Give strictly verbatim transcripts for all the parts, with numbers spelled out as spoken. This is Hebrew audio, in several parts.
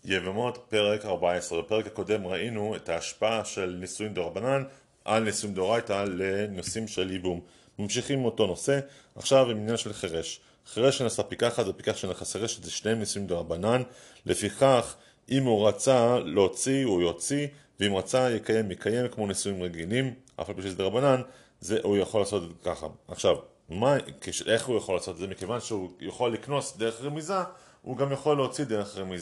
יבמות פרק ארבע עשרה. בפרק הקודם ראינו את ההשפעה של נישואין דרבנן על נישואין דאורייתא לנושאים של ייבום. ממשיכים מאותו נושא, עכשיו עם עניין של חירש. חירש שנשא פיקחת ופיקח שנכס חירשת, זה שניהם נישואין דרבנן. לפיכך, אם הוא רצה להוציא, הוא יוציא, ואם רצה יקיים, יקיים כמו נישואין רגילים, אף על פי שזה דרבנן, זה, הוא יכול לעשות את זה ככה. עכשיו, מה, איך הוא יכול לעשות את זה? מכיוון שהוא יכול לקנוס דרך רמיזה, הוא גם יכול להוציא דרך רמיזה.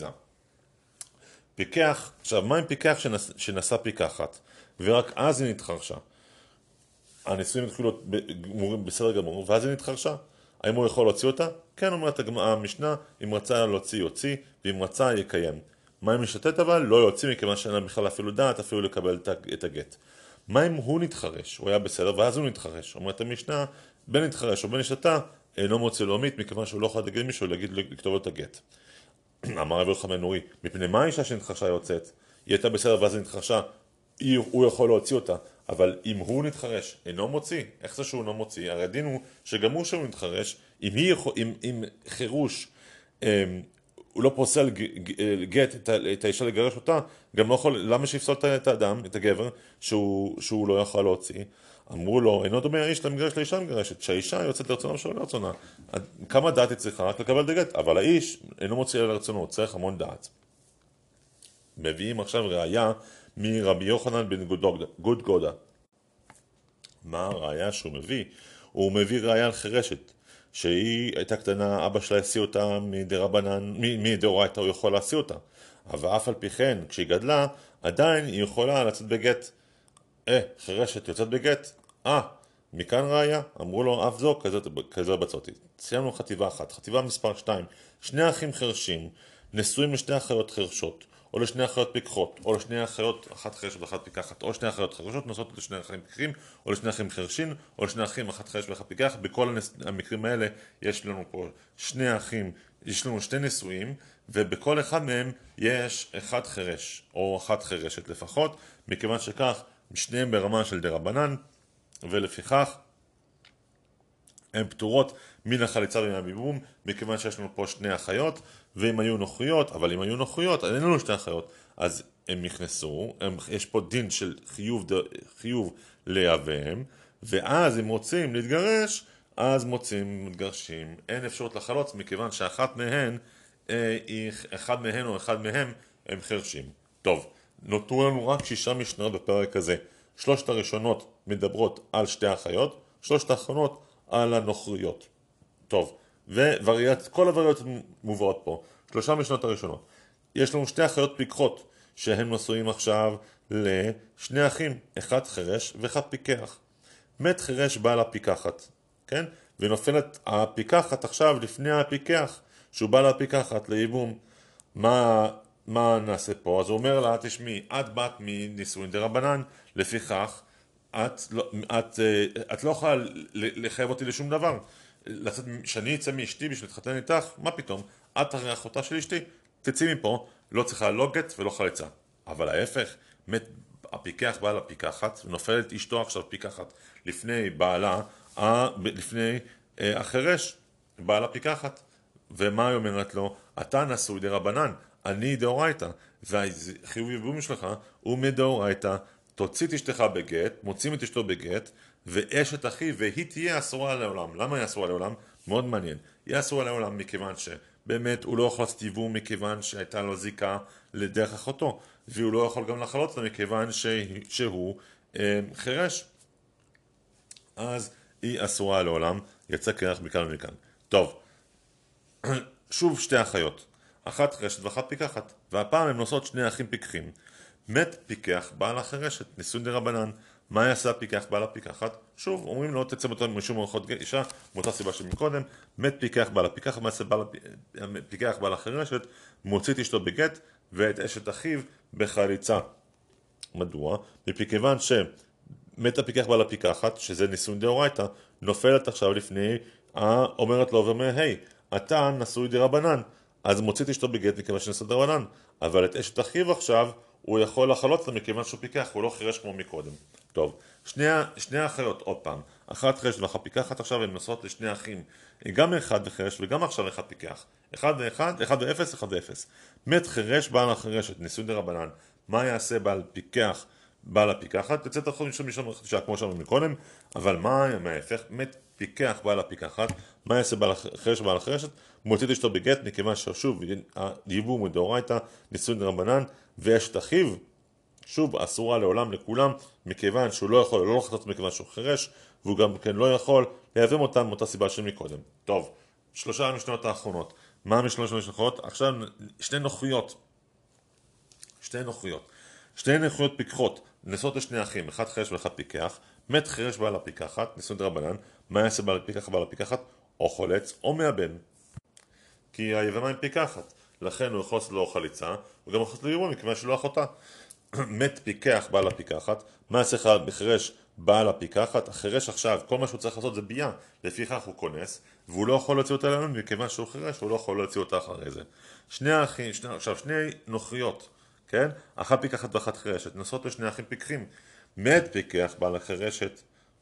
פיקח, עכשיו מה עם פיקח שנס, שנשא פיקחת ורק אז היא נתחרשה? הנישואים התחילו גמורים בסדר גמור ואז היא נתחרשה. האם הוא יכול להוציא אותה? כן, אומרת המשנה, אם רצה להוציא יוציא ואם רצה יקיים. מה אם משתת אבל? לא יוציא, מכיוון שאין לה בכלל אפילו דעת אפילו לקבל את הגט. מה אם הוא נתחרש? הוא היה בסדר ואז הוא נתחרש. אומרת המשנה, בין נתחרש או בין נשתה אינו מוציא לו מית, מכיוון שהוא לא יכול להגיד מישהו להגיד לכתוב לו את הגט. אמר רבי יוחנן בן נורי, מפני מה האישה שנתחרשה יוצאת? היא הייתה בסדר ואז היא נתחרשה, הוא יכול להוציא אותה, אבל אם הוא נתחרש, אינו מוציא. איך זה שהוא לא מוציא? הרי הדין הוא שגם הוא שהוא נתחרש, אם, היא יכול, אם, אם חירוש אה, הוא לא פוסל גט את, את האישה לגרש אותה, גם לא יכול, למה שיפסול את האדם, את הגבר, שהוא, שהוא לא יכול להוציא? אמרו לו, אינו דומה האיש למגרש לאישה מגרשת, שהאישה יוצאת לרצונה ושלא לרצונה. כמה דעת היא צריכה? רק לקבל דגת, אבל האיש אינו מוציא לרצונו, הוא צריך המון דעת. מביאים עכשיו ראיה מרבי יוחנן בן גודגודה. מה הראיה שהוא מביא? הוא מביא ראיה על חירשת, שהיא הייתה קטנה, אבא שלה השיא אותה מדרבנן, מדאורייתא הוא יכול להשיא אותה. אבל אף על פי כן, כשהיא גדלה, עדיין היא יכולה לצאת בגט. אה, חירשת יוצאת בגט? אה, מכאן ראיה? אמרו לו, אף זו כזו בצותי. סיימנו חטיבה אחת. חטיבה מספר שתיים. שני אחים חרשים, נשואים לשני אחיות חרשות, או לשני אחיות פיקחות, או לשני אחיות, אחת חרשת ואחת פיקחת, או שני אחיות חרשות, נשואות לשני אחים פיקחים, או לשני אחים חרשים, או לשני אחים, אחת חרש ואחת פיקח. בכל המקרים האלה יש לנו פה שני אחים, יש לנו שתי נשואים, ובכל אחד מהם יש אחד חרש, או אחת חרשת לפחות, מכיוון שכך, שניהם ברמה של דרבנן, ולפיכך הן פטורות מן החליצה ומן הביבום, מכיוון שיש לנו פה שני אחיות, ואם היו נוחיות, אבל אם היו נוחיות, אין לנו שתי אחיות, אז הם נכנסו, הם, יש פה דין של חיוב, חיוב לאביהם, ואז אם רוצים להתגרש, אז מוצאים, מתגרשים, אין אפשרות לחלוץ, מכיוון שאחת מהן, אה, אחד מהן או אחד מהם, הם חרשים. טוב. נותרו לנו רק שישה משנות בפרק הזה. שלושת הראשונות מדברות על שתי אחיות, שלושת האחרונות על הנוכריות. טוב, וכל הווריאציות מובאות פה. שלושה משנות הראשונות. יש לנו שתי אחיות פיקחות, שהם נשואים עכשיו לשני אחים, אחד חרש ואחד פיקח. מת חרש בא לפיקחת, כן? ונופלת הפיקחת עכשיו לפני הפיקח, שהוא בא לפיקחת לייבום. מה... מה נעשה פה? אז הוא אומר לה, תשמעי, את בת מנישואין דרבנן, לפיכך, את לא, את, את לא יכולה לחייב אותי לשום דבר. לצאת, שאני אצא מאשתי בשביל להתחתן איתך, מה פתאום? את הרי אחותה של אשתי, תצאי מפה, לא צריכה לא גט ולא חליצה. אבל ההפך, מת הפיקח בעל הפיקחת, ונופלת אשתו עכשיו פיקחת לפני בעלה, לפני החרש, בעל הפיקחת. ומה היא אומרת לו? אתה נשוי דרבנן, אני דאורייתא, והחיוב ייבום שלך הוא מדאורייתא. תוציא את אשתך בגט, מוצאים את אשתו בגט, ואשת אחי, והיא תהיה אסורה לעולם. למה היא אסורה לעולם? מאוד מעניין. היא אסורה לעולם מכיוון שבאמת הוא לא יכול לעשות ייבום, מכיוון שהייתה לו זיקה לדרך אחותו, והוא לא יכול גם לחלוץ לה מכיוון שהוא אה, חרש. אז היא אסורה לעולם, יצא קרח מכאן ומכאן. טוב, שוב שתי אחיות. אחת חרשת ואחת פיקחת, והפעם הם נושאות שני אחים פיקחים. מת פיקח בעל החרשת, נישואין דרבנן. מה יעשה פיקח בעל הפיקחת? שוב, אומרים לו, תצא מותו משום אורחות אישה, מאותה סיבה שמקודם. מת פיקח בעל הפיקחת, מה יעשה פיקח בעל החרשת? מוציא את אשתו בגט, ואת אשת אחיו בחליצה. מדוע? מכיוון שמת הפיקח בעל הפיקחת, שזה נישואין דאורייתא, נופלת עכשיו לפני, אומרת לו ואומר, היי, אתה נשוי דרבנן. אז מוציא את אשתו בגט מכיוון שנשוא דרבנן, אבל את אשת אחיו עכשיו הוא יכול לחלוץ לה מכיוון שהוא פיקח, הוא לא חירש כמו מקודם. טוב, שני, שני האחיות עוד פעם, אחת חירשת ואחת פיקחת, עכשיו הן נוסעות לשני אחים, גם אחד וחירש וגם עכשיו אחד פיקח, אחד ואחד, אחד ואפס, אחד ואפס. מת חירש בעל החירשת, נישואין דרבנן, מה יעשה בעל פיקח בעל הפיקחת? יוצא את החוב משום משום רכישה כמו שאמרנו מקודם, אבל מה מההפך? מת פיקח בעל הפיקחת, מה יעשה בעל החירש בעל החירשת? מוציא את אשתו בגט, מכיוון ששוב הייבום הוא דאורייתא, נישואין דרבנן, ואשת אחיו שוב אסורה לעולם לכולם, מכיוון שהוא לא יכול לא לחטות מכיוון שהוא חירש, והוא גם כן לא יכול להיבם אותם מאותה סיבה שמקודם. טוב, שלושה המשנות האחרונות. מה המשנות האחרונות? עכשיו שני נוחיות. שתי נוחיות. שתי נוחיות פיקחות, נשואות לשני אחים, אחד חירש ואחד פיקח, מת חירש בעל הפיקחת, נישואין דרבנן, מה יעשה בעל הפיקח בעל הפיקחת? או חולץ או מאבן. כי היבמה היא פיקחת, לכן הוא יכול לעשות לו חליצה, הוא גם יכול לעשות לו יבום מכיוון שלא אחותה. מת פיקח בעל הפיקחת, מה יעשה בחירש בעל הפיקחת? החירש עכשיו, כל מה שהוא צריך לעשות זה בייה, לפיכך הוא כונס, והוא לא יכול להוציא אותה לעולם מכיוון שהוא חירש, והוא לא יכול להוציא אותה אחרי זה. שני אחים, שני, עכשיו שני נוחיות, כן? אחת פיקחת ואחת חירשת, נוסעות לשני אחים פיקחים. מת פיקח בעל החירשת,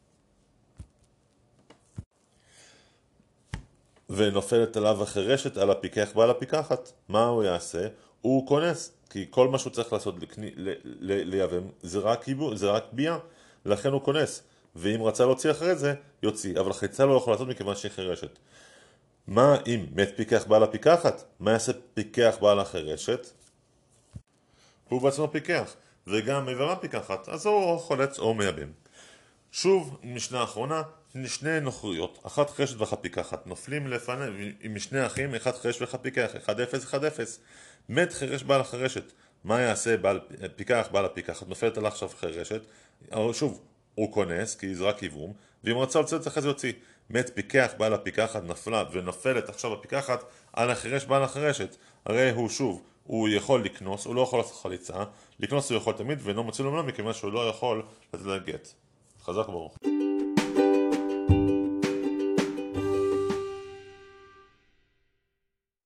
ונופלת עליו החירשת על הפיקח בעל הפיקחת, מה הוא יעשה? הוא כונס, כי כל מה שהוא צריך לעשות ליבם זה רק עיבוד, זה רק בייה, לכן הוא כונס, ואם רצה להוציא אחרי זה, יוציא, אבל חיצה לא יכול לעשות מכיוון שהיא חירשת. מה אם מת פיקח בעל הפיקחת? מה יעשה פיקח בעל החירשת? הוא בעצמו פיקח, וגם מבמה פיקחת, אז הוא חולץ או מייבם. שוב, משנה האחרונה, שני נוחיות, אחת חירשת ואחת פיקחת, נופלים לפני, עם שני אחים, אחד חירש ואחד פיקח, אחד אפס, אחד אפס. מת חירש בעל החירשת, מה יעשה בעל פיקח בעל הפיקחת? נופלת עליו עכשיו חירשת, שוב, הוא כונס, כי זה רק עיוורום, ואם רצה לצאת אחרי זה יוציא. מת פיקח בעל הפיקחת, נפלה ונופלת עכשיו הפיקחת על החירש בעל החירשת, הרי הוא שוב, הוא יכול לקנוס, הוא לא יכול לעשות חליצה, לקנוס הוא יכול תמיד ואינו מוציא לעולם מכיוון שהוא לא יכול לתת לה גט. חזק ברוך.